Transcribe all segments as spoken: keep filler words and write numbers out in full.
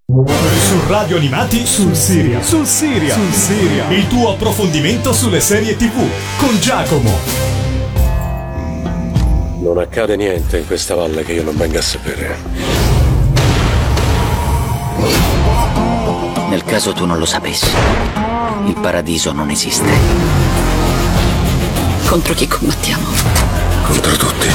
Su Radio Animati sul Siria. Sul Siria. Sul Siria. Il tuo approfondimento sulle serie tivù con Giacomo. Non accade niente in questa valle che io non venga a sapere. Nel caso tu non lo sapessi, il paradiso non esiste. Contro chi combattiamo? Contro tutti.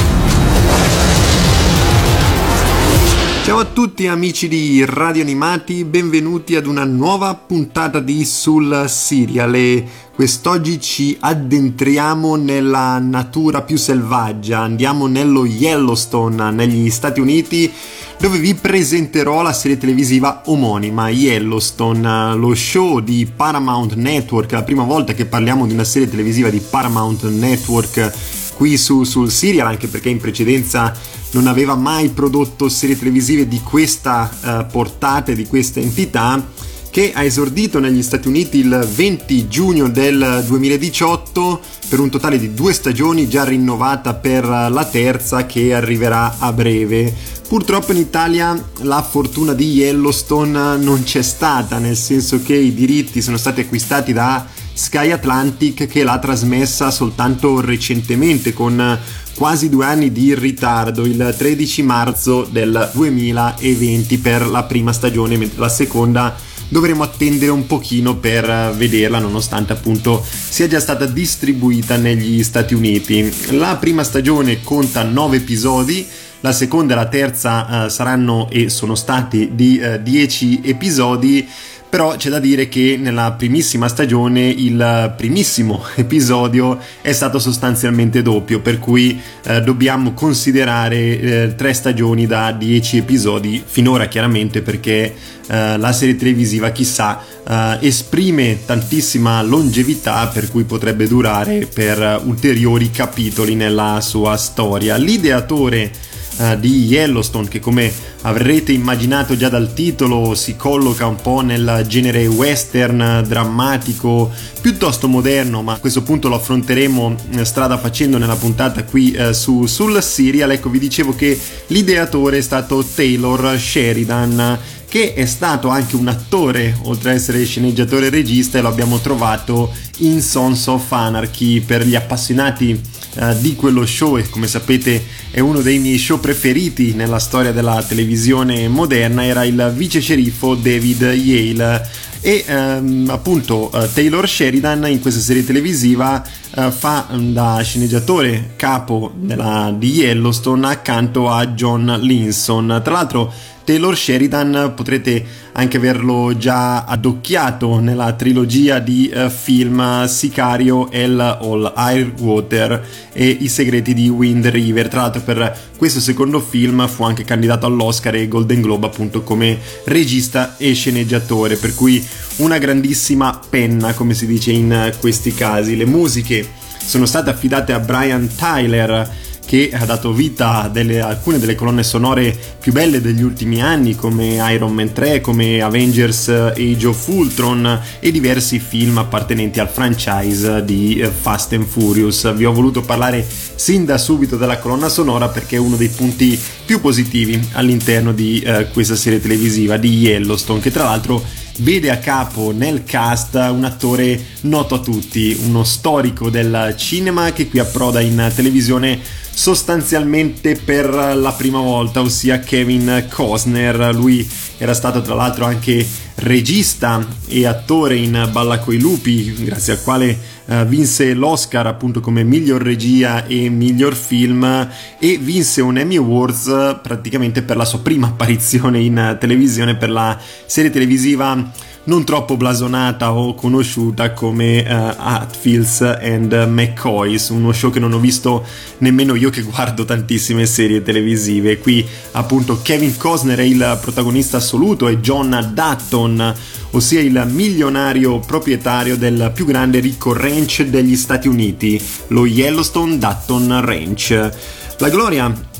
Ciao a tutti amici di Radio Animati, benvenuti ad una nuova puntata di Sul Serial. E quest'oggi ci addentriamo nella natura più selvaggia, andiamo nello Yellowstone, negli Stati Uniti, dove vi presenterò la serie televisiva omonima Yellowstone, lo show di Paramount Network. La prima volta che parliamo di una serie televisiva di Paramount Network qui su, sul Serial, anche perché in precedenza non aveva mai prodotto serie televisive di questa uh, portata e di questa entità, che ha esordito negli Stati Uniti il venti giugno del duemiladiciotto per un totale di due stagioni, già rinnovata per la terza che arriverà a breve. Purtroppo in Italia la fortuna di Yellowstone non c'è stata, nel senso che i diritti sono stati acquistati da Sky Atlantic, che l'ha trasmessa soltanto recentemente, con quasi due anni di ritardo, il tredici marzo del duemilaventi per la prima stagione, mentre la seconda dovremo attendere un pochino per vederla, nonostante appunto sia già stata distribuita negli Stati Uniti. La prima stagione conta nove episodi, la seconda e la terza uh, saranno e sono stati di uh, dieci episodi. Però c'è da dire che nella primissima stagione il primissimo episodio è stato sostanzialmente doppio, per cui eh, dobbiamo considerare eh, tre stagioni da dieci episodi finora, chiaramente, perché eh, la serie televisiva, chissà, eh, esprime tantissima longevità, per cui potrebbe durare per ulteriori capitoli nella sua storia. L'ideatore Uh, di Yellowstone, che come avrete immaginato già dal titolo si colloca un po' nel genere western drammatico piuttosto moderno, ma a questo punto lo affronteremo uh, strada facendo nella puntata qui uh, su, sul Serial. Ecco, vi dicevo che l'ideatore è stato Taylor Sheridan, che è stato anche un attore, oltre ad essere sceneggiatore e regista, e lo abbiamo trovato in Sons of Anarchy. Per gli appassionati uh, di quello show, e come sapete è uno dei miei show preferiti nella storia della televisione moderna, era il vice sceriffo David Yale. E um, appunto uh, Taylor Sheridan in questa serie televisiva uh, fa um, da sceneggiatore capo della, di Yellowstone accanto a John Linson. Tra l'altro Taylor Sheridan potrete anche averlo già addocchiato nella trilogia di uh, film Sicario, Hell All Air Water e I segreti di Wind River. Tra l'altro per questo secondo film fu anche candidato all'Oscar e Golden Globe appunto come regista e sceneggiatore, per cui una grandissima penna, come si dice in questi casi. Le musiche sono state affidate a Brian Tyler, che ha dato vita a delle, alcune delle colonne sonore più belle degli ultimi anni, come Iron Man tre, come Avengers Age of Ultron e diversi film appartenenti al franchise di Fast and Furious. Vi ho voluto parlare sin da subito della colonna sonora perché è uno dei punti più positivi all'interno di eh, questa serie televisiva di Yellowstone, che tra l'altro vede a capo nel cast un attore noto a tutti, uno storico del cinema che qui approda in televisione sostanzialmente per la prima volta, ossia Kevin Costner. Lui era stato tra l'altro anche regista e attore in Balla coi lupi, grazie al quale uh, vinse l'Oscar appunto come miglior regia e miglior film, e vinse un Emmy Awards praticamente per la sua prima apparizione in televisione per la serie televisiva non troppo blasonata o conosciuta come uh, Hatfields and McCoys, uno show che non ho visto nemmeno io, che guardo tantissime serie televisive. Qui appunto Kevin Costner è il protagonista assoluto e John Dutton, ossia il milionario proprietario del più grande ricco ranch degli Stati Uniti, lo Yellowstone Dutton Ranch. La gloria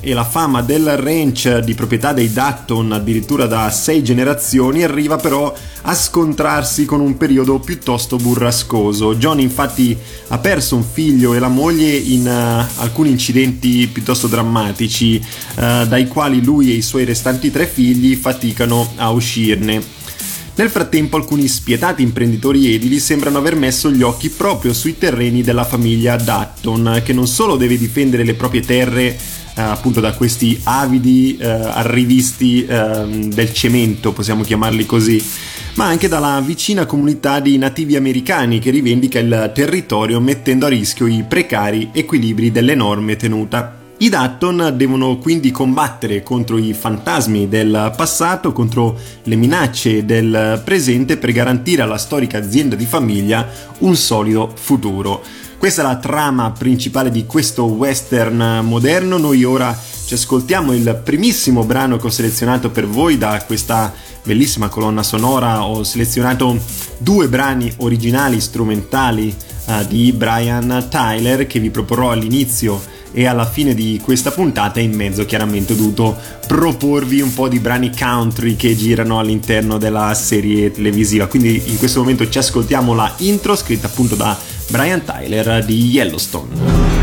e la fama del ranch di proprietà dei Dutton addirittura da sei generazioni arriva però a scontrarsi con un periodo piuttosto burrascoso. John infatti ha perso un figlio e la moglie in uh, alcuni incidenti piuttosto drammatici, uh, dai quali lui e i suoi restanti tre figli faticano a uscirne. Nel frattempo alcuni spietati imprenditori edili sembrano aver messo gli occhi proprio sui terreni della famiglia Dutton, che non solo deve difendere le proprie terre eh, appunto da questi avidi eh, arrivisti eh, del cemento, possiamo chiamarli così, ma anche dalla vicina comunità di nativi americani che rivendica il territorio mettendo a rischio i precari equilibri dell'enorme tenuta. I Dutton devono quindi combattere contro i fantasmi del passato, contro le minacce del presente per garantire alla storica azienda di famiglia un solido futuro. Questa è la trama principale di questo western moderno. Noi ora ci ascoltiamo il primissimo brano che ho selezionato per voi da questa bellissima colonna sonora. Ho selezionato due brani originali strumentali uh, di Brian Tyler che vi proporrò all'inizio e alla fine di questa puntata. In mezzo chiaramente ho dovuto proporvi un po' di brani country che girano all'interno della serie televisiva, quindi in questo momento ci ascoltiamo la intro scritta appunto da Brian Tyler di Yellowstone.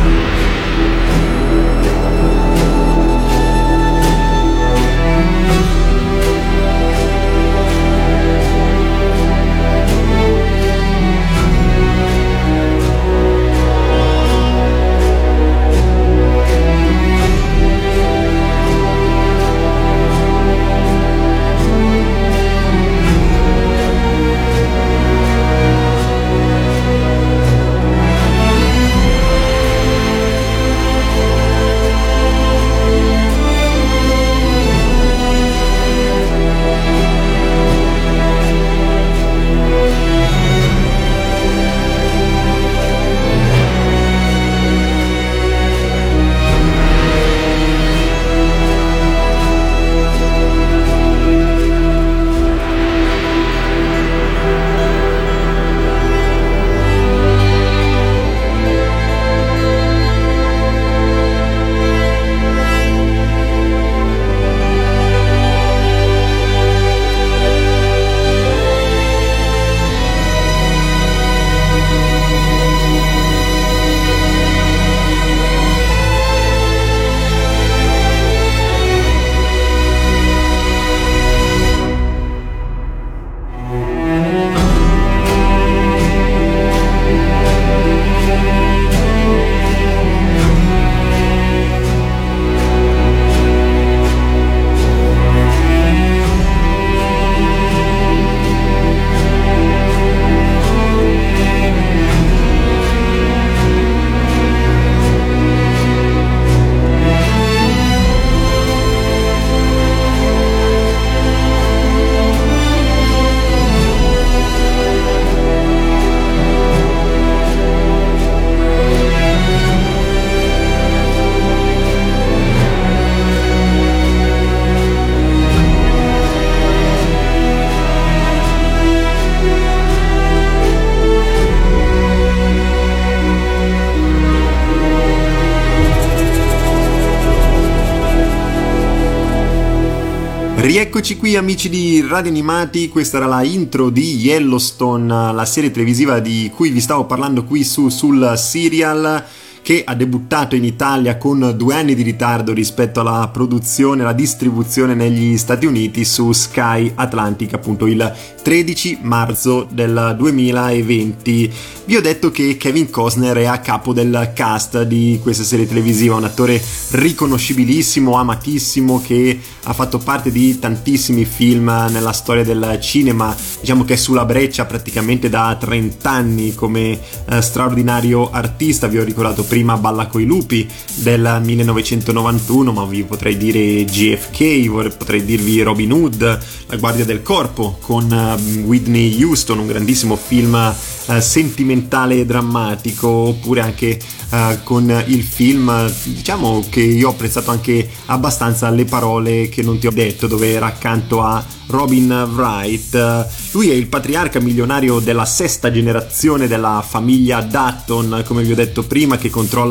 Rieccoci qui amici di Radio Animati, questa era la intro di Yellowstone, la serie televisiva di cui vi stavo parlando qui su sul Serial, che ha debuttato in Italia con due anni di ritardo rispetto alla produzione e alla distribuzione negli Stati Uniti su Sky Atlantic, appunto il tredici marzo del duemilaventi. Vi ho detto che Kevin Costner è a capo del cast di questa serie televisiva, un attore riconoscibilissimo, amatissimo, che ha fatto parte di tantissimi film nella storia del cinema. Diciamo che è sulla breccia praticamente da trenta anni come eh, straordinario artista. Vi ho ricordato prima Balla coi lupi del millenovecentonovantuno, ma vi potrei dire J F K, potrei dirvi Robin Hood, La guardia del corpo con uh, Whitney Houston, un grandissimo film uh, sentimentale e drammatico, oppure anche uh, con il film, diciamo che io ho apprezzato anche abbastanza, Le parole che non ti ho detto, dove era accanto a Robin Wright. Lui è il patriarca milionario della sesta generazione della famiglia Dutton, come vi ho detto prima, che controlla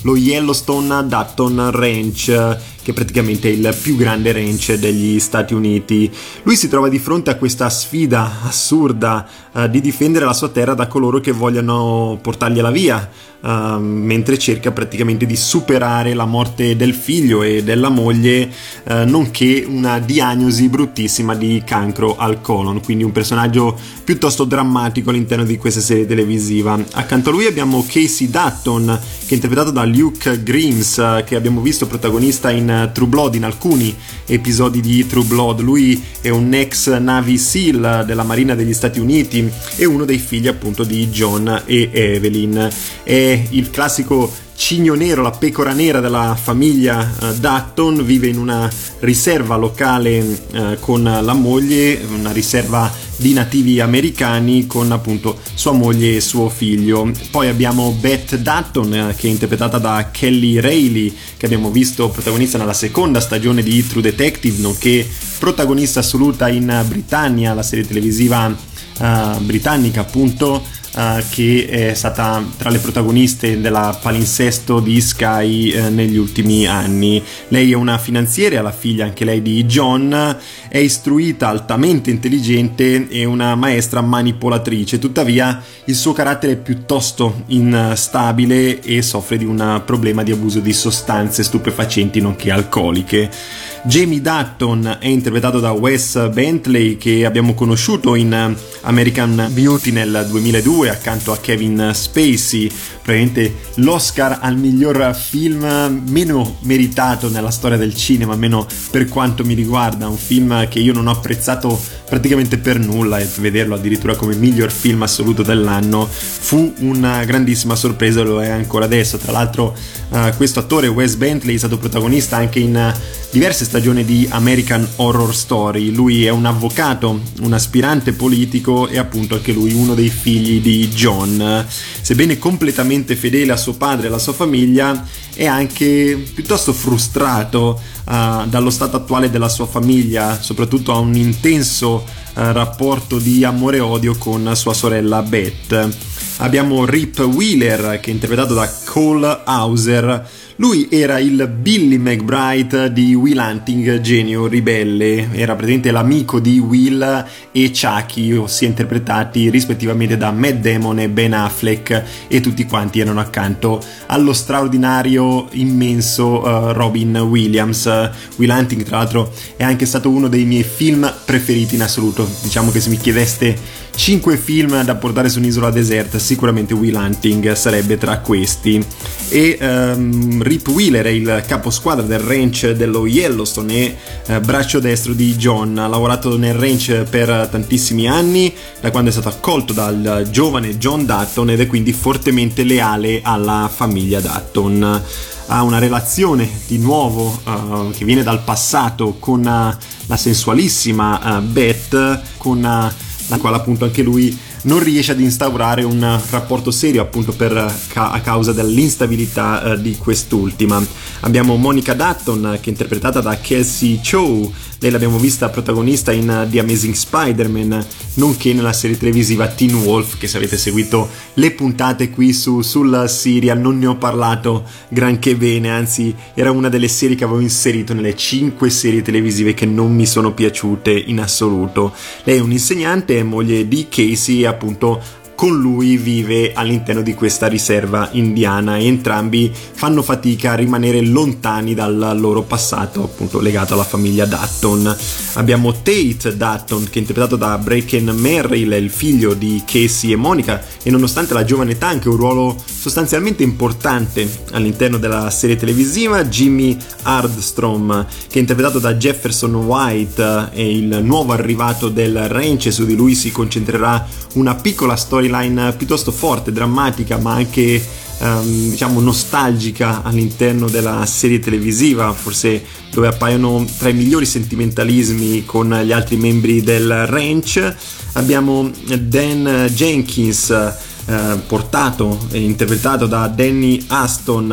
lo Yellowstone Dutton Ranch, che praticamente è il più grande ranch degli Stati Uniti. Lui si trova di fronte a questa sfida assurda uh, di difendere la sua terra da coloro che vogliono portargliela via, uh, mentre cerca praticamente di superare la morte del figlio e della moglie, uh, nonché una diagnosi bruttissima di cancro al colon, quindi un personaggio piuttosto drammatico all'interno di questa serie televisiva. Accanto a lui abbiamo Casey Dutton, che è interpretato da Luke Grimes, uh, che abbiamo visto protagonista in True Blood, in alcuni episodi di True Blood. Lui è un ex Navy SEAL della Marina degli Stati Uniti e uno dei figli appunto di John e Evelyn. È il classico cigno nero, la pecora nera della famiglia uh, Dutton. Vive in una riserva locale uh, con la moglie, una riserva di nativi americani, con appunto sua moglie e suo figlio. Poi abbiamo Beth Dutton, uh, che è interpretata da Kelly Reilly, che abbiamo visto protagonista nella seconda stagione di True Detective, nonché protagonista assoluta in Britannia, la serie televisiva uh, britannica appunto, Uh, che è stata tra le protagoniste della palinsesto di Sky uh, negli ultimi anni. Lei è una finanziera, la figlia anche lei di John, è istruita, altamente intelligente e una maestra manipolatrice. Tuttavia il suo carattere è piuttosto instabile e soffre di un problema di abuso di sostanze stupefacenti nonché alcoliche. Jamie Dutton è interpretato da Wes Bentley, che abbiamo conosciuto in American Beauty nel duemiladue accanto a Kevin Spacey, probabilmente l'Oscar al miglior film meno meritato nella storia del cinema, almeno per quanto mi riguarda. Un film che io non ho apprezzato praticamente per nulla, e vederlo addirittura come miglior film assoluto dell'anno fu una grandissima sorpresa, lo è ancora adesso. Tra l'altro uh, questo attore Wes Bentley è stato protagonista anche in uh, diverse stagioni di American Horror Story. Lui è un avvocato, un aspirante politico e appunto anche lui uno dei figli di John. Sebbene completamente fedele a suo padre e alla sua famiglia, è anche piuttosto frustrato uh, dallo stato attuale della sua famiglia, soprattutto ha un intenso uh, rapporto di amore e odio con sua sorella Beth. Abbiamo Rip Wheeler, che è interpretato da Cole Hauser. Lui era il Billy McBride di Will Hunting, genio ribelle. Era praticamente l'amico di Will e Chucky, ossia interpretati rispettivamente da Matt Damon e Ben Affleck, e tutti quanti erano accanto allo straordinario, immenso uh, Robin Williams. Will Hunting, tra l'altro, è anche stato uno dei miei film preferiti in assoluto. Diciamo che se mi chiedeste cinque film da portare su un'isola deserta, sicuramente Will Hunting sarebbe tra questi. E um, Rip Wheeler è il caposquadra del ranch dello Yellowstone e uh, braccio destro di John. Ha lavorato nel ranch per tantissimi anni, da quando è stato accolto dal giovane John Dutton, ed è quindi fortemente leale alla famiglia Dutton. Ha una relazione di nuovo uh, che viene dal passato con uh, la sensualissima uh, Beth, con uh, la quale appunto anche lui non riesce ad instaurare un rapporto serio, appunto per a causa dell'instabilità uh, di quest'ultima. Abbiamo Monica Dutton, che è interpretata da Kelsey Chow. Lei l'abbiamo vista protagonista in uh, The Amazing Spider-Man, nonché nella serie televisiva Teen Wolf, che se avete seguito le puntate qui su, sul serial non ne ho parlato granché bene, anzi era una delle serie che avevo inserito nelle cinque serie televisive che non mi sono piaciute in assoluto. Lei è un'insegnante, è moglie di Casey e appunto con lui vive all'interno di questa riserva indiana, e entrambi fanno fatica a rimanere lontani dal loro passato appunto legato alla famiglia Dutton. Abbiamo Tate Dutton, che è interpretato da Bracken Merrill, è il figlio di Casey e Monica, e nonostante la giovane età ha anche un ruolo sostanzialmente importante all'interno della serie televisiva. Jimmy Hardstrom, che è interpretato da Jefferson White, è il nuovo arrivato del ranch, e su di lui si concentrerà una piccola storyline piuttosto forte, drammatica, ma anche um, diciamo nostalgica all'interno della serie televisiva, forse dove appaiono tra i migliori sentimentalismi con gli altri membri del ranch. Abbiamo Dan Jenkins, eh, portato e interpretato da Danny Aston,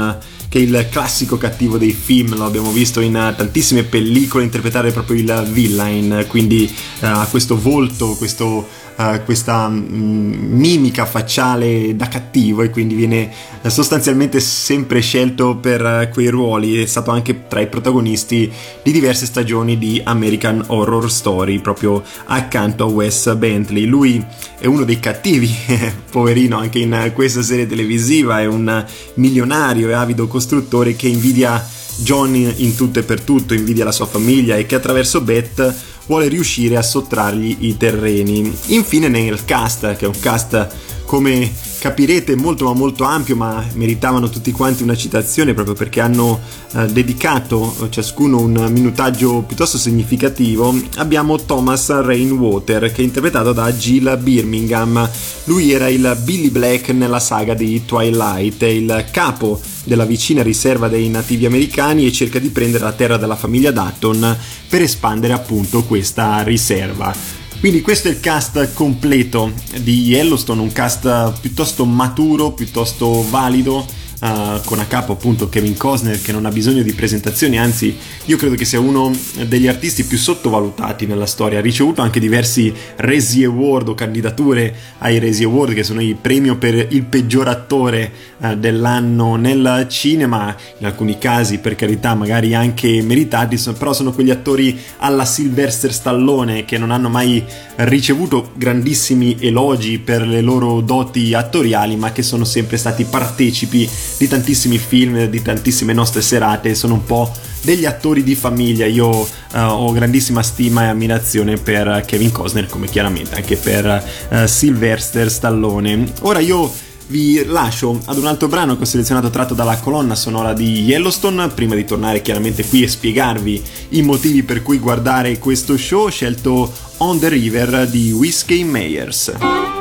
che è il classico cattivo dei film, lo abbiamo visto in uh, tantissime pellicole interpretare proprio il villain, quindi uh, ha questo volto, questo Uh, questa mm, mimica facciale da cattivo, e quindi viene uh, sostanzialmente sempre scelto per uh, quei ruoli. È stato anche tra i protagonisti di diverse stagioni di American Horror Story, proprio accanto a Wes Bentley. Lui è uno dei cattivi, poverino, anche in uh, questa serie televisiva. È un uh, milionario e avido costruttore che invidia John in, in tutto e per tutto, invidia la sua famiglia, e che attraverso Beth vuole riuscire a sottrargli i terreni. Infine nel cast, che è un cast, come capirete, molto ma molto ampio, ma meritavano tutti quanti una citazione proprio perché hanno eh, dedicato ciascuno un minutaggio piuttosto significativo. Abbiamo Thomas Rainwater, che è interpretato da Jill Birmingham. Lui era il Billy Black nella saga di Twilight, è il capo della vicina riserva dei nativi americani e cerca di prendere la terra della famiglia Dutton per espandere appunto questa riserva. Quindi questo è il cast completo di Yellowstone, un cast piuttosto maturo, piuttosto valido, uh, con a capo appunto Kevin Costner, che non ha bisogno di presentazioni, anzi io credo che sia uno degli artisti più sottovalutati nella storia. Ha ricevuto anche diversi Razzie Award o candidature ai Razzie Award, che sono il premio per il peggior attore uh, dell'anno nel cinema, in alcuni casi per carità magari anche meritati, però sono quegli attori alla Sylvester Stallone che non hanno mai ricevuto grandissimi elogi per le loro doti attoriali, ma che sono sempre stati partecipi di tantissimi film, di tantissime nostre serate. Sono un po' degli attori di famiglia. Io uh, ho grandissima stima e ammirazione per Kevin Costner, come chiaramente anche per uh, Sylvester Stallone. Ora io vi lascio ad un altro brano che ho selezionato tratto dalla colonna sonora di Yellowstone, prima di tornare chiaramente qui e spiegarvi i motivi per cui guardare questo show. Ho scelto On the River di Whiskey Myers.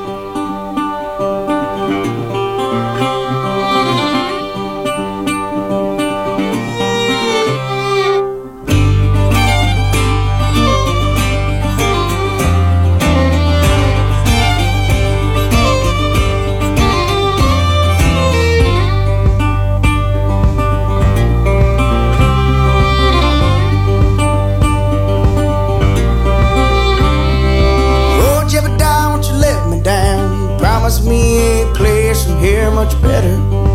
Much better.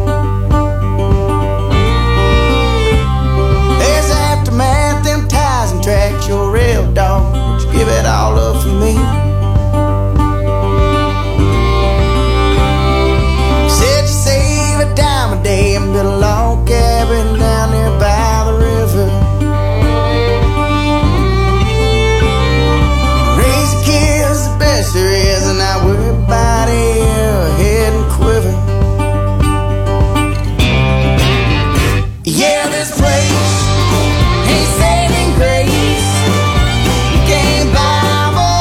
There's aftermath, them ties and tracks, your real dog, but you give it all up for me. Said you save a dime a day and build a log cabin down there by the river. Raise the kids the best there is, and I worry about it, head and quiver. Yeah, this place ain't saving grace. You can't buy more.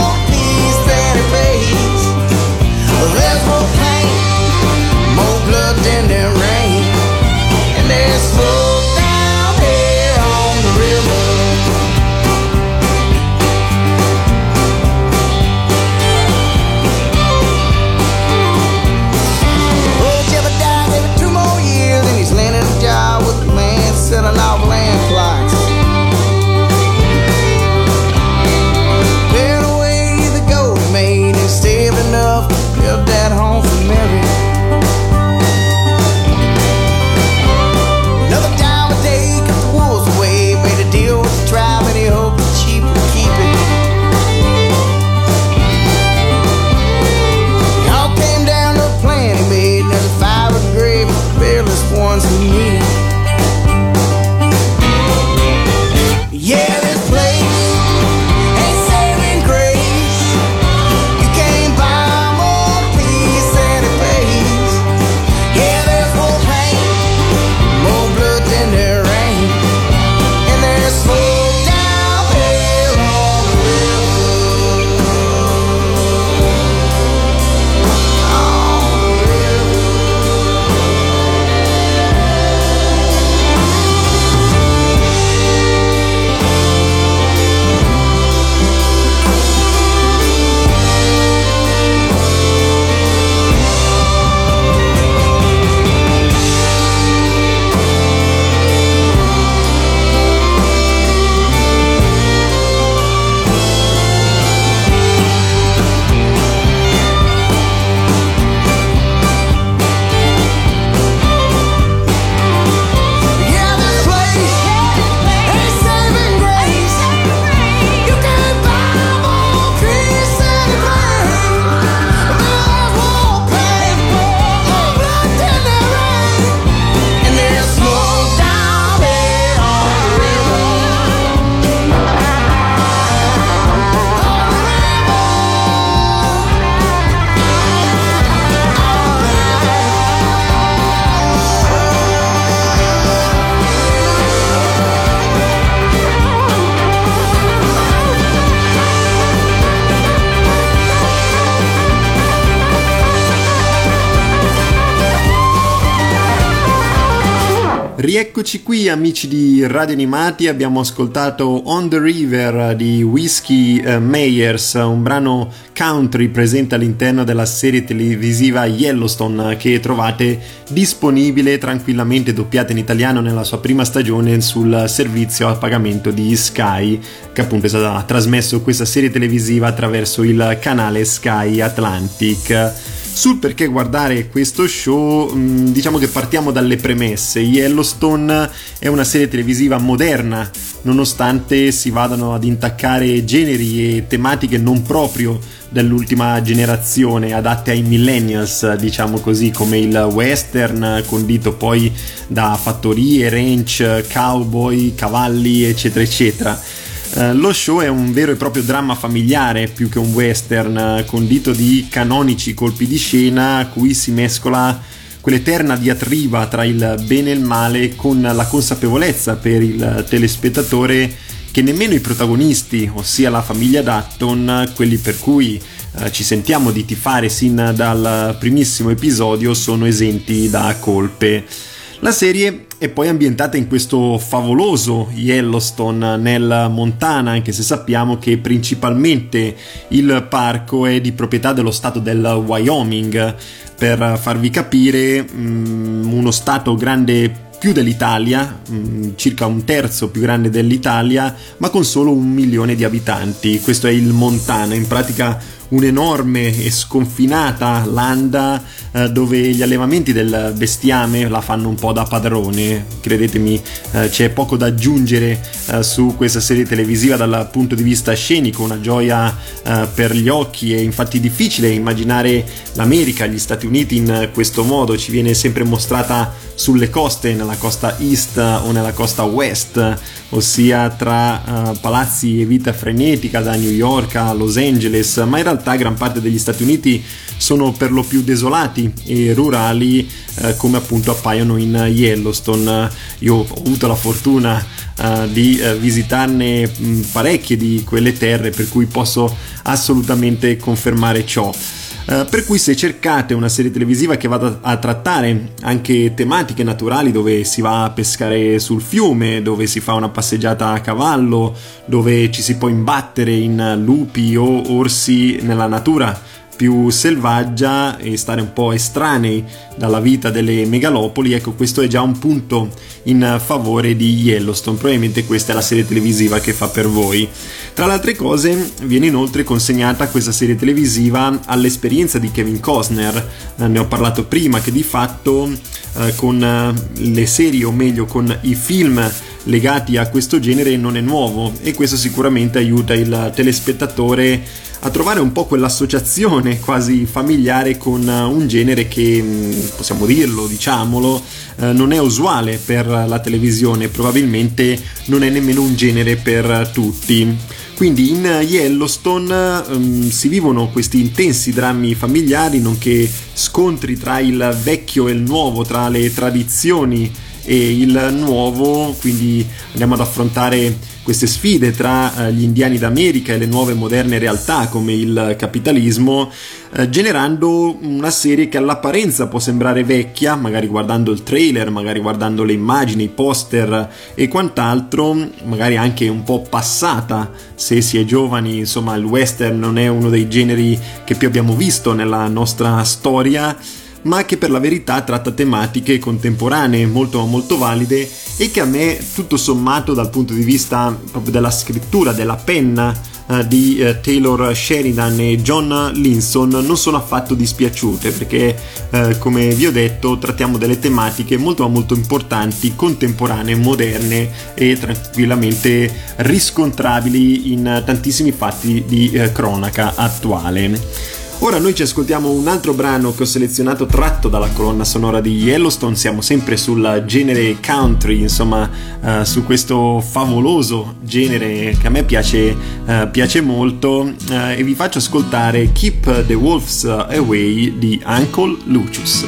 Rieccoci qui amici di Radio Animati, abbiamo ascoltato On the River di Whiskey uh, Myers, un brano country presente all'interno della serie televisiva Yellowstone che trovate disponibile tranquillamente doppiata in italiano nella sua prima stagione sul servizio a pagamento di Sky, che appunto è stata trasmesso questa serie televisiva attraverso il canale Sky Atlantic. Sul perché guardare questo show, diciamo che partiamo dalle premesse. Yellowstone è una serie televisiva moderna, nonostante si vadano ad intaccare generi e tematiche non proprio dell'ultima generazione, adatte ai millennials, diciamo così, come il western condito poi da fattorie, ranch, cowboy, cavalli, eccetera eccetera. Uh, lo show è un vero e proprio dramma familiare più che un western, uh, condito di canonici colpi di scena a cui si mescola quell'eterna diatriba tra il bene e il male, con la consapevolezza per il telespettatore che nemmeno i protagonisti, ossia la famiglia Dutton, quelli per cui uh, ci sentiamo di tifare sin dal primissimo episodio, sono esenti da colpe. La serie è poi ambientata in questo favoloso Yellowstone nel Montana, anche se sappiamo che principalmente il parco è di proprietà dello stato del Wyoming. Per farvi capire, mh, uno stato grande più dell'Italia, mh, circa un terzo più grande dell'Italia, ma con solo un milione di abitanti. Questo è il Montana, in pratica un'enorme e sconfinata landa eh, dove gli allevamenti del bestiame la fanno un po' da padrone. Credetemi, eh, c'è poco da aggiungere eh, su questa serie televisiva dal punto di vista scenico, una gioia eh, per gli occhi. È infatti difficile immaginare l'America, gli Stati Uniti in questo modo. Ci viene sempre mostrata sulle coste, nella costa east o nella costa west, ossia tra uh, palazzi e vita frenetica da New York a Los Angeles, ma in realtà gran parte degli Stati Uniti sono per lo più desolati e rurali, eh, come appunto appaiono in Yellowstone. Io ho avuto la fortuna uh, di uh, visitarne mh, parecchie di quelle terre, per cui posso assolutamente confermare ciò. Uh, per cui se cercate una serie televisiva che vada a trattare anche tematiche naturali, dove si va a pescare sul fiume, dove si fa una passeggiata a cavallo, dove ci si può imbattere in lupi o orsi nella natura più selvaggia e stare un po' estranei dalla vita delle megalopoli, ecco, questo è già un punto in favore di Yellowstone. Probabilmente questa è la serie televisiva che fa per voi. Tra le altre cose, viene inoltre consegnata questa serie televisiva all'esperienza di Kevin Costner. Eh, ne ho parlato prima, che di fatto eh, con eh, le serie, o meglio con i film legati a questo genere, non è nuovo, e questo sicuramente aiuta il telespettatore a trovare un po' quell'associazione quasi familiare con un genere che, possiamo dirlo, diciamolo, eh, non è usuale per la televisione, probabilmente non è nemmeno un genere per tutti. Quindi in Yellowstone um, si vivono questi intensi drammi familiari, nonché scontri tra il vecchio e il nuovo, tra le tradizioni e il nuovo. Quindi andiamo ad affrontare queste sfide tra gli indiani d'America e le nuove moderne realtà come il capitalismo, eh, generando una serie che all'apparenza può sembrare vecchia, magari guardando il trailer, magari guardando le immagini, i poster e quant'altro, magari anche un po' passata se si è giovani. Insomma, il western non è uno dei generi che più abbiamo visto nella nostra storia, ma che per la verità tratta tematiche contemporanee molto molto valide, e che a me, tutto sommato, dal punto di vista proprio della scrittura, della penna eh, di eh, Taylor Sheridan e John Linson, non sono affatto dispiaciute, perché eh, come vi ho detto trattiamo delle tematiche molto molto importanti, contemporanee, moderne e tranquillamente riscontrabili in tantissimi fatti di eh, cronaca attuale. Ora noi ci ascoltiamo un altro brano che ho selezionato tratto dalla colonna sonora di Yellowstone. Siamo sempre sul genere country, insomma, uh, su questo favoloso genere che a me piace, uh, piace molto, uh, e vi faccio ascoltare Keep the Wolves Away di Uncle Lucius.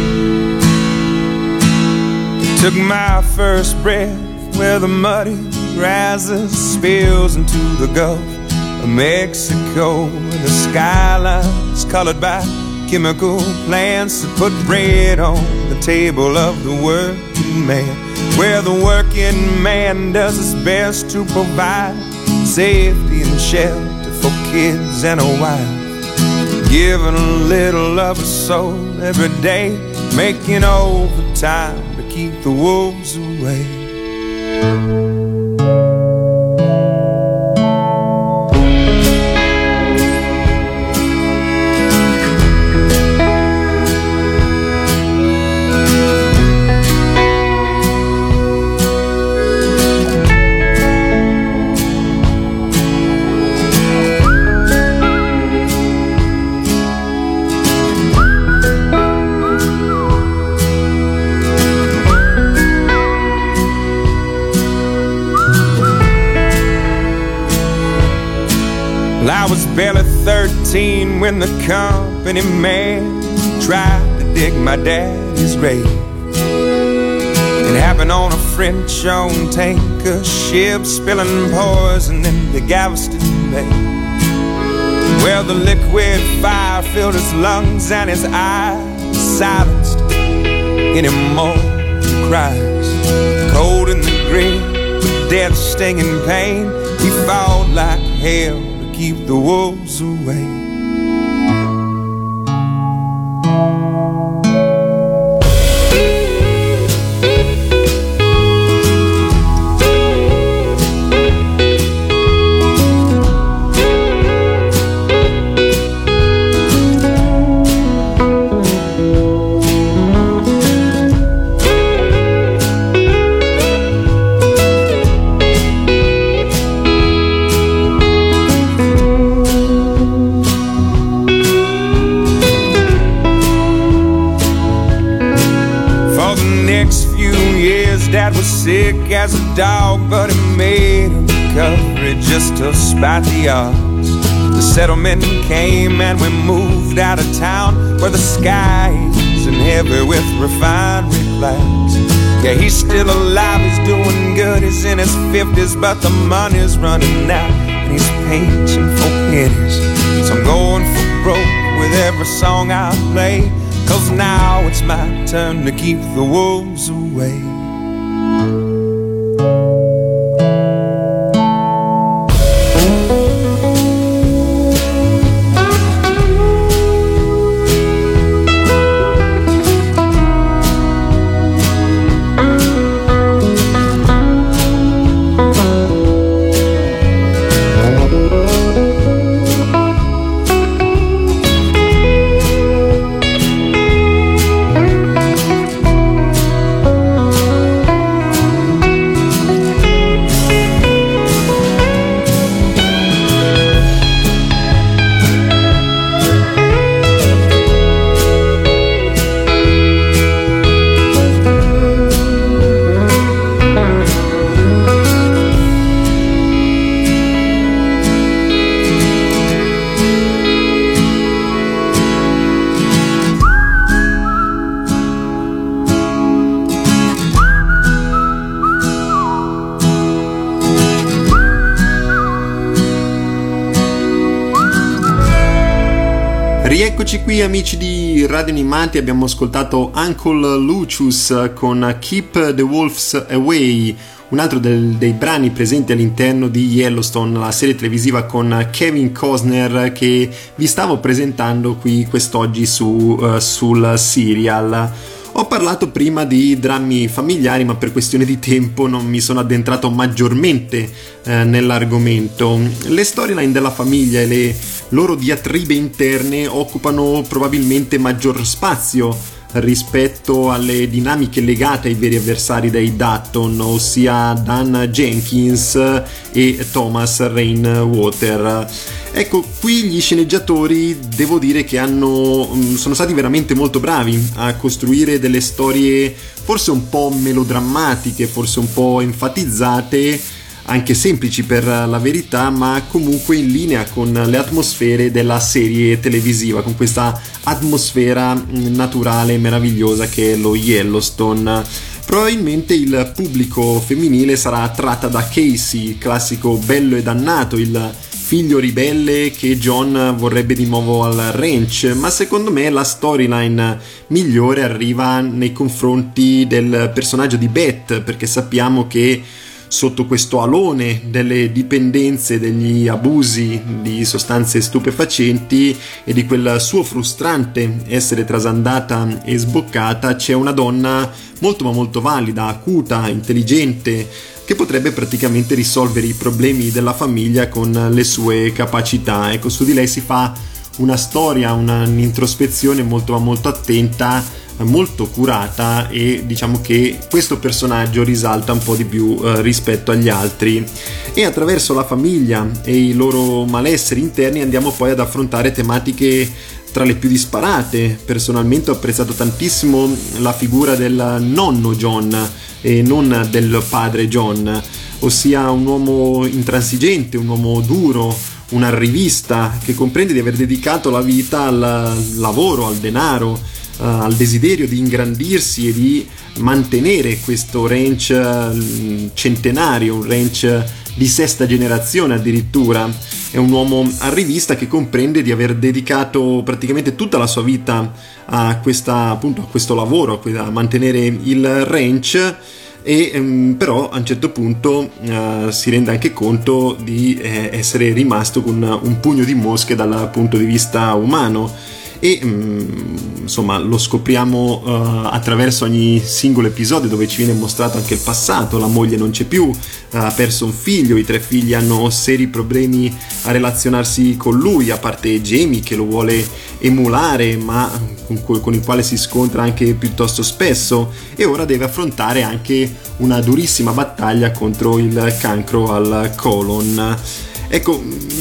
Took my first breath where the muddy Brazos spills into the Gulf of Mexico. The skyline's colored by chemical plants that put bread on the table of the working man, where the working man does his best to provide safety and shelter for kids and a wife, giving a little of his soul every day, making overtime to keep the wolves away. I was barely thirteen when the company man tried to dig my daddy's grave. It happened on a French-owned tanker ship, spilling poison into Galveston Bay. Well, the liquid fire filled his lungs and his eyes silenced any more cries. Cold in the grave, with death stinging pain, he fought like hell to keep the wolves away. Dad was sick as a dog, but he made a recovery just to spite the odds. The settlement came and we moved out of town, where the sky is heavy with refinery clouds. Yeah, he's still alive, he's doing good, he's in his fifties, but the money's running out and he's pinching for pennies. So I'm going for broke with every song I play, 'cause now it's my turn to keep the wolves away. Rieccoci qui amici di Radio Animati, abbiamo ascoltato Uncle Lucius con Keep the Wolves Away, un altro del, dei brani presenti all'interno di Yellowstone, la serie televisiva con Kevin Costner che vi stavo presentando qui quest'oggi su, uh, sul serial. Ho parlato prima di drammi familiari, ma per questione di tempo non mi sono addentrato maggiormente eh, nell'argomento. Le storyline della famiglia e le loro diatribe interne occupano probabilmente maggior spazio rispetto alle dinamiche legate ai veri avversari dei Dutton, ossia Dan Jenkins e Thomas Rainwater. Ecco, qui gli sceneggiatori devo dire che hanno sono stati veramente molto bravi a costruire delle storie forse un po' melodrammatiche, forse un po' enfatizzate, anche semplici per la verità, ma comunque in linea con le atmosfere della serie televisiva, con questa atmosfera naturale e meravigliosa che è lo Yellowstone. Probabilmente il pubblico femminile sarà attratta da Casey, il classico bello e dannato, il figlio ribelle che John vorrebbe di nuovo al ranch, ma secondo me la storyline migliore arriva nei confronti del personaggio di Beth, perché sappiamo che sotto questo alone delle dipendenze, degli abusi di sostanze stupefacenti e di quel suo frustrante essere trasandata e sboccata, c'è una donna molto ma molto valida, acuta, intelligente, che potrebbe praticamente risolvere i problemi della famiglia con le sue capacità. Ecco, su di lei si fa una storia, una, un'introspezione molto ma molto attenta, molto curata, e diciamo che questo personaggio risalta un po' di più eh, rispetto agli altri, e attraverso la famiglia e i loro malesseri interni andiamo poi ad affrontare tematiche tra le più disparate. Personalmente ho apprezzato tantissimo la figura del nonno John e non del padre John, ossia un uomo intransigente, un uomo duro, un arrivista che comprende di aver dedicato la vita al lavoro, al denaro, Uh, al desiderio di ingrandirsi e di mantenere questo ranch uh, centenario, un ranch di sesta generazione addirittura. È un uomo arrivista che comprende di aver dedicato praticamente tutta la sua vita a questa, appunto, a questo lavoro, a mantenere il ranch, e um, però a un certo punto uh, si rende anche conto di eh, essere rimasto con un pugno di mosche dal punto di vista umano. E insomma lo scopriamo uh, attraverso ogni singolo episodio, dove ci viene mostrato anche il passato. La moglie non c'è più, uh, ha perso un figlio, i tre figli hanno seri problemi a relazionarsi con lui, a parte Jamie che lo vuole emulare ma con, con il quale si scontra anche piuttosto spesso, e ora deve affrontare anche una durissima battaglia contro il cancro al colon. Ecco,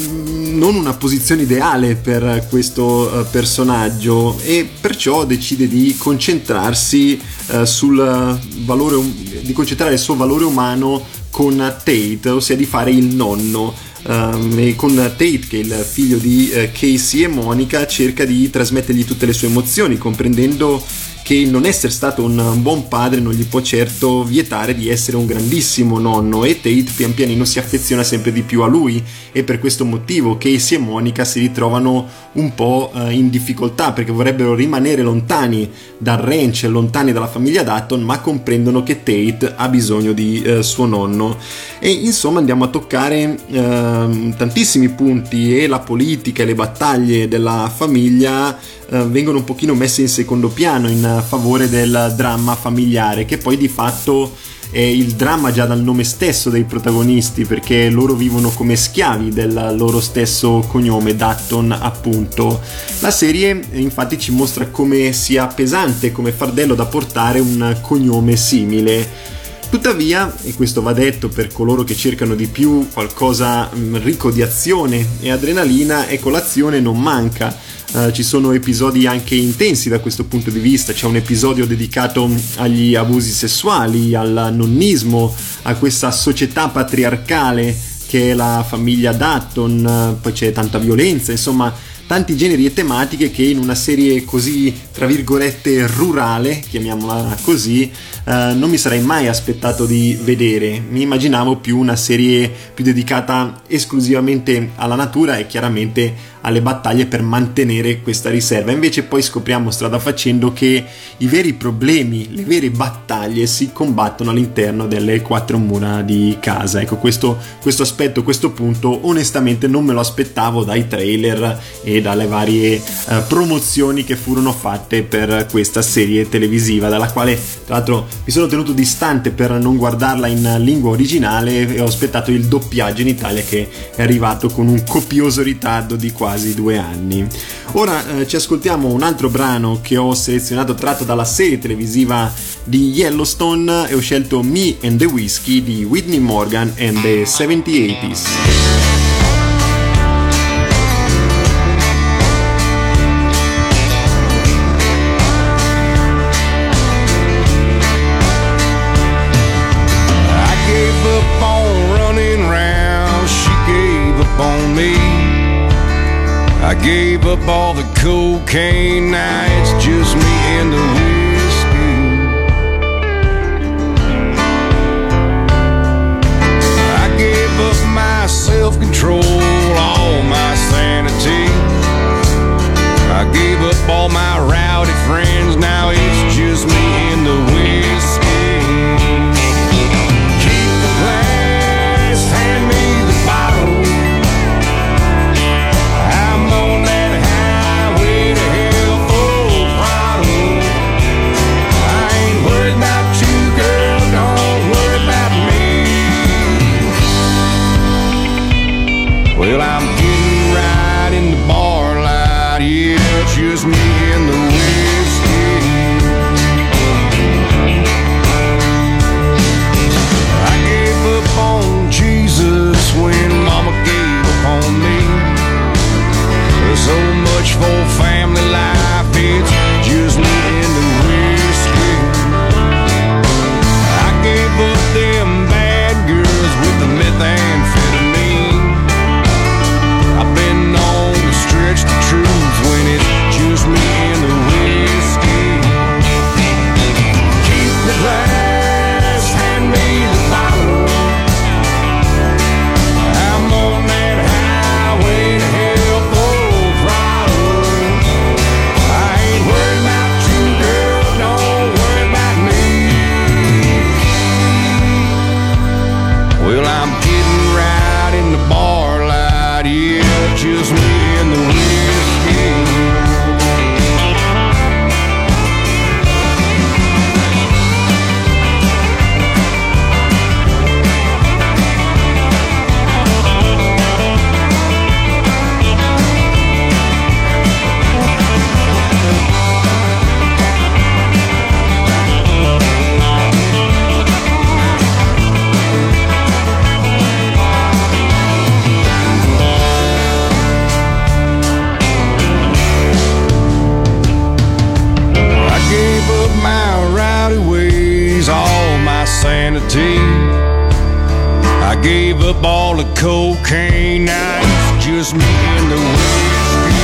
non una posizione ideale per questo uh, personaggio, e perciò decide di concentrarsi uh, sul valore um- di concentrare il suo valore umano con Tate, ossia di fare il nonno. Um, e con Tate, che è il figlio di uh, Casey e Monica, cerca di trasmettergli tutte le sue emozioni, comprendendo che il non essere stato un buon padre non gli può certo vietare di essere un grandissimo nonno, e Tate pian pianino si affeziona sempre di più a lui, e per questo motivo Casey e Monica si ritrovano un po' in difficoltà, perché vorrebbero rimanere lontani dal ranch, lontani dalla famiglia Dutton, ma comprendono che Tate ha bisogno di eh, suo nonno. E insomma andiamo a toccare eh, tantissimi punti, e la politica e le battaglie della famiglia eh, vengono un pochino messe in secondo piano in favore del dramma familiare, che poi di fatto è il dramma già dal nome stesso dei protagonisti, perché loro vivono come schiavi del loro stesso cognome, Dutton appunto. La serie infatti ci mostra come sia pesante come fardello da portare un cognome simile. Tuttavia, e questo va detto per coloro che cercano di più qualcosa mh, ricco di azione e adrenalina, ecco, l'azione non manca. Uh, ci sono episodi anche intensi da questo punto di vista. C'è un episodio dedicato agli abusi sessuali, al nonnismo, a questa società patriarcale che è la famiglia Dutton, poi c'è tanta violenza, insomma tanti generi e tematiche che in una serie così, tra virgolette, rurale, chiamiamola così, eh, non mi sarei mai aspettato di vedere. Mi immaginavo più una serie più dedicata esclusivamente alla natura e chiaramente alle battaglie per mantenere questa riserva. Invece poi scopriamo strada facendo che i veri problemi, le vere battaglie si combattono all'interno delle quattro mura di casa. Ecco, questo, questo aspetto, questo punto onestamente non me lo aspettavo dai trailer e dalle varie uh, promozioni che furono fatte per questa serie televisiva, dalla quale tra l'altro mi sono tenuto distante per non guardarla in lingua originale, e ho aspettato il doppiaggio in Italia, che è arrivato con un copioso ritardo di quasi due anni. Ora eh, ci ascoltiamo un altro brano che ho selezionato tratto dalla serie televisiva di Yellowstone, e ho scelto Me and the Whiskey di Whitney Morgan and the seventies eighties. I gave up all the cocaine, now it's just me and the whiskey. sanity. I gave up all the cocaine, now it's just me and the whiskey.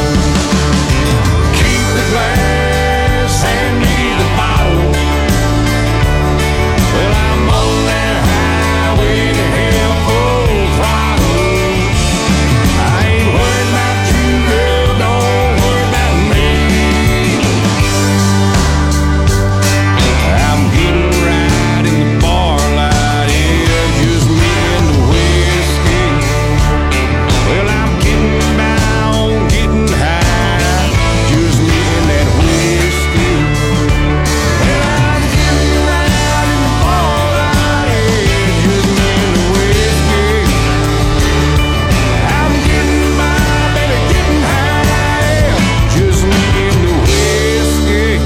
Keep the glass, hand me the bottle. Well, I'm on that highway to hell full throttle. I ain't worried about you, girl, don't worry about me. I'm getting right in the bar light, yeah, just me and the whiskey. Well, I'm getting down, getting high, just me and that whiskey. Well, I'm getting right in the bar light, yeah, just me and the whiskey. I'm getting by, baby, getting high, just me and the whiskey.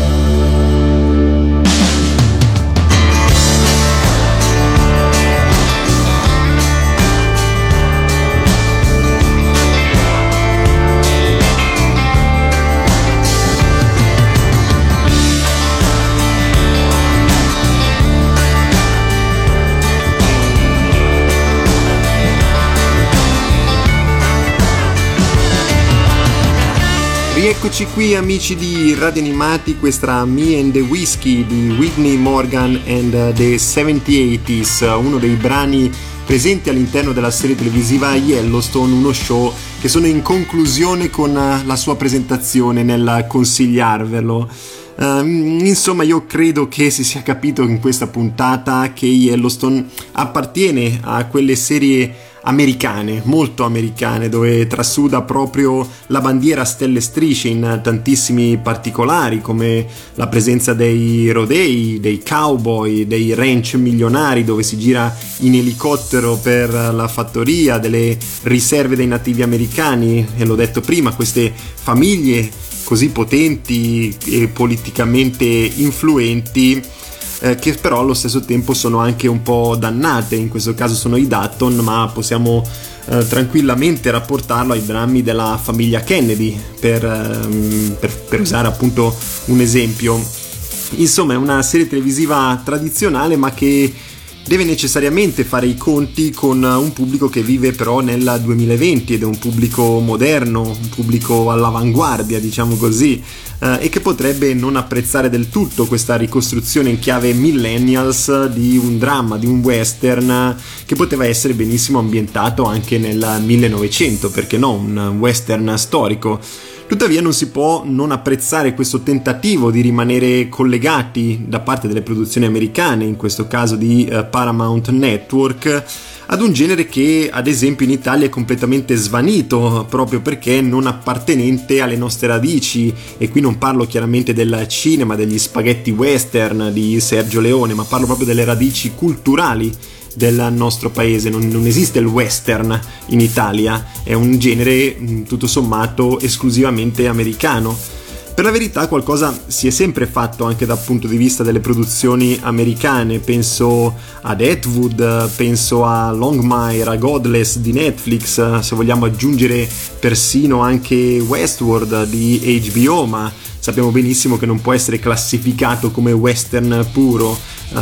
Rieccoci qui amici di Radio Animati, questa Me and the Whiskey di Whitney Morgan and the seventy-eighties, uno dei brani presenti all'interno della serie televisiva Yellowstone, uno show che sono in conclusione con la sua presentazione nel consigliarvelo. Uh, insomma, io credo che si sia capito in questa puntata che Yellowstone appartiene a quelle serie americane, molto americane, dove trasuda proprio la bandiera a stelle e strisce in tantissimi particolari, come la presenza dei rodei, dei cowboy, dei ranch milionari dove si gira in elicottero per la fattoria, delle riserve dei nativi americani, e l'ho detto prima, queste famiglie così potenti e politicamente influenti, eh, che però allo stesso tempo sono anche un po' dannate. In questo caso sono i Dutton, ma possiamo eh, tranquillamente rapportarlo ai drammi della famiglia Kennedy, per, ehm, per, per usare appunto un esempio. Insomma, è una serie televisiva tradizionale, ma che deve necessariamente fare i conti con un pubblico che vive però nel duemilaventi ed è un pubblico moderno, un pubblico all'avanguardia, diciamo così, eh, e che potrebbe non apprezzare del tutto questa ricostruzione in chiave millennials di un dramma, di un western che poteva essere benissimo ambientato anche nel millenovecento, perché no, un western storico. Tuttavia non si può non apprezzare questo tentativo di rimanere collegati da parte delle produzioni americane, in questo caso di uh, Paramount Network, ad un genere che ad esempio in Italia è completamente svanito, proprio perché non appartenente alle nostre radici. E qui non parlo chiaramente del cinema, degli spaghetti western di Sergio Leone, ma parlo proprio delle radici culturali del nostro paese. Non, non esiste il western in Italia, è un genere tutto sommato esclusivamente americano. Per la verità qualcosa si è sempre fatto anche dal punto di vista delle produzioni americane, penso a Deadwood, penso a Longmire, a Godless di Netflix, se vogliamo aggiungere persino anche Westworld di H B O, ma sappiamo benissimo che non può essere classificato come western puro.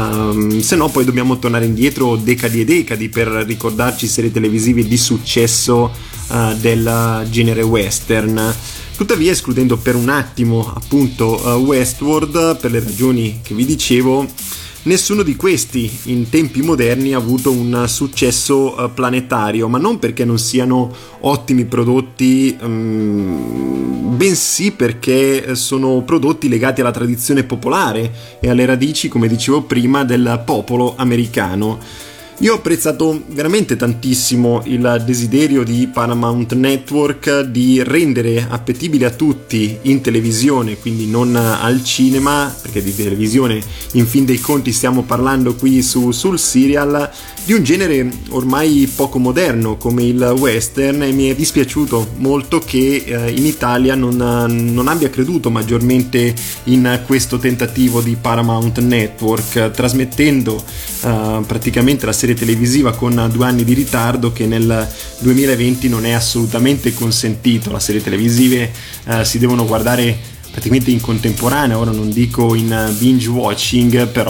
Um, se no poi dobbiamo tornare indietro decadi e decadi per ricordarci serie televisive di successo uh, del genere western. Tuttavia, escludendo per un attimo appunto uh, Westworld, per le ragioni che vi dicevo, nessuno di questi in tempi moderni ha avuto un successo uh, planetario, ma non perché non siano ottimi prodotti, um, bensì perché sono prodotti legati alla tradizione popolare e alle radici, come dicevo prima, del popolo americano. Io ho apprezzato veramente tantissimo il desiderio di Paramount Network di rendere appetibile a tutti in televisione, quindi non al cinema, perché di televisione in fin dei conti stiamo parlando qui su, sul serial, di un genere ormai poco moderno come il western, e mi è dispiaciuto molto che eh, in Italia non, non abbia creduto maggiormente in questo tentativo di Paramount Network, trasmettendo eh, praticamente la serie televisiva con due anni di ritardo, che nel duemilaventi non è assolutamente consentito. Le serie televisive eh, si devono guardare praticamente in contemporanea, ora non dico in binge watching, però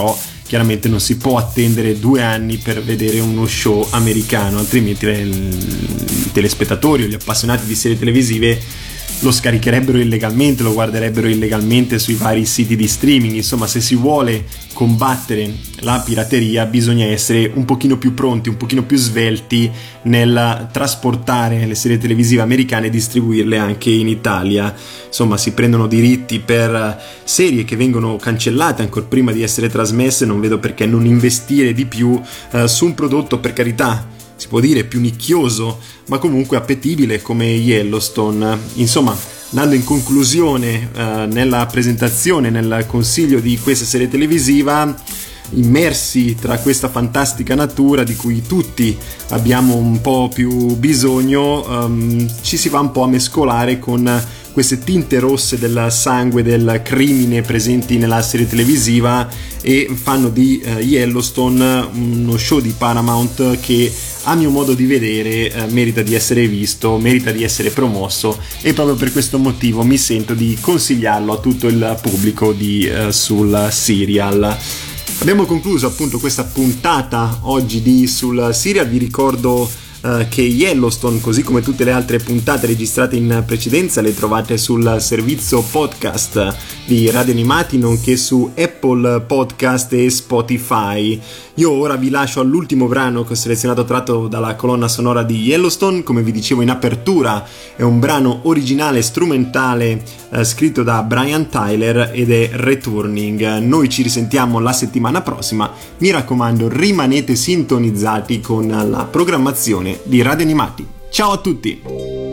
chiaramente non si può attendere due anni per vedere uno show americano, altrimenti i telespettatori o gli appassionati di serie televisive lo scaricherebbero illegalmente, lo guarderebbero illegalmente sui vari siti di streaming. Insomma, se si vuole combattere la pirateria bisogna essere un pochino più pronti, un pochino più svelti nel trasportare le serie televisive americane e distribuirle anche in Italia. Insomma, si prendono diritti per serie che vengono cancellate ancora prima di essere trasmesse. Non vedo perché non investire di più eh, su un prodotto, per carità, si può dire più nicchioso, ma comunque appetibile come Yellowstone. Insomma, andando in conclusione eh, nella presentazione, nel consiglio di questa serie televisiva, immersi tra questa fantastica natura di cui tutti abbiamo un po' più bisogno, um, ci si va un po' a mescolare con queste tinte rosse del sangue del crimine presenti nella serie televisiva e fanno di uh, Yellowstone uno show di Paramount che, a mio modo di vedere, uh, merita di essere visto, merita di essere promosso, e proprio per questo motivo mi sento di consigliarlo a tutto il pubblico di uh, sul serial. Abbiamo concluso appunto questa puntata oggi di Sul Serial. Vi ricordo uh, che Yellowstone, così come tutte le altre puntate registrate in precedenza, le trovate sul servizio podcast di Radio Animati, nonché su Apple Podcast e Spotify. Io ora vi lascio all'ultimo brano che ho selezionato tratto dalla colonna sonora di Yellowstone. Come vi dicevo in apertura, è un brano originale strumentale eh, scritto da Brian Tyler ed è Returning. Noi ci risentiamo la settimana prossima. Mi raccomando, rimanete sintonizzati con la programmazione di Radio Animati. Ciao a tutti!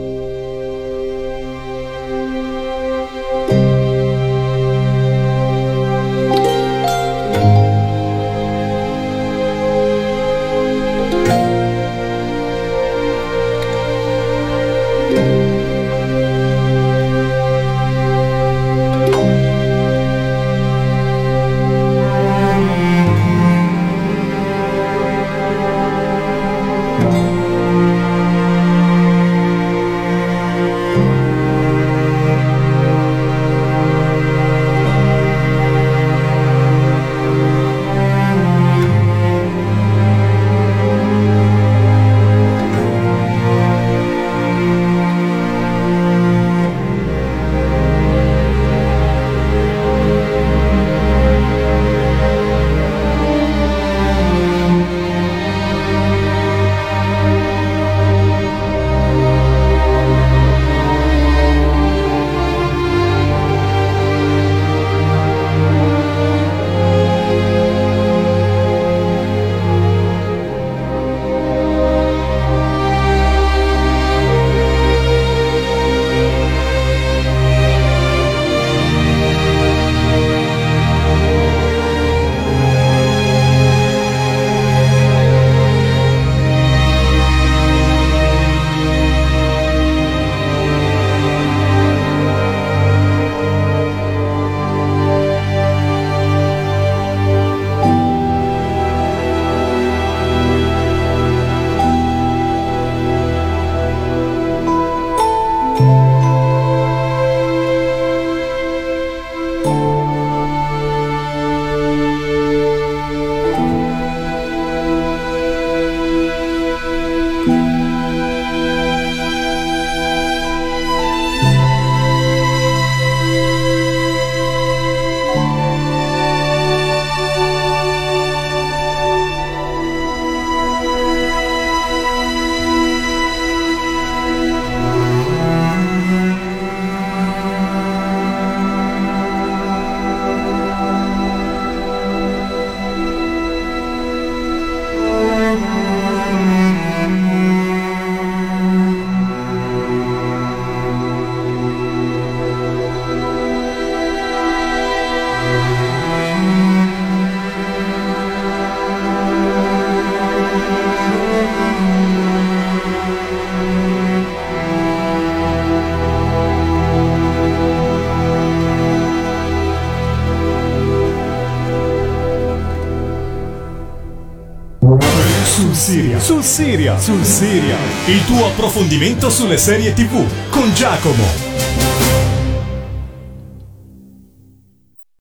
Sul Serial, sul Serial, sul Serial, il tuo approfondimento sulle serie tivù con Giacomo.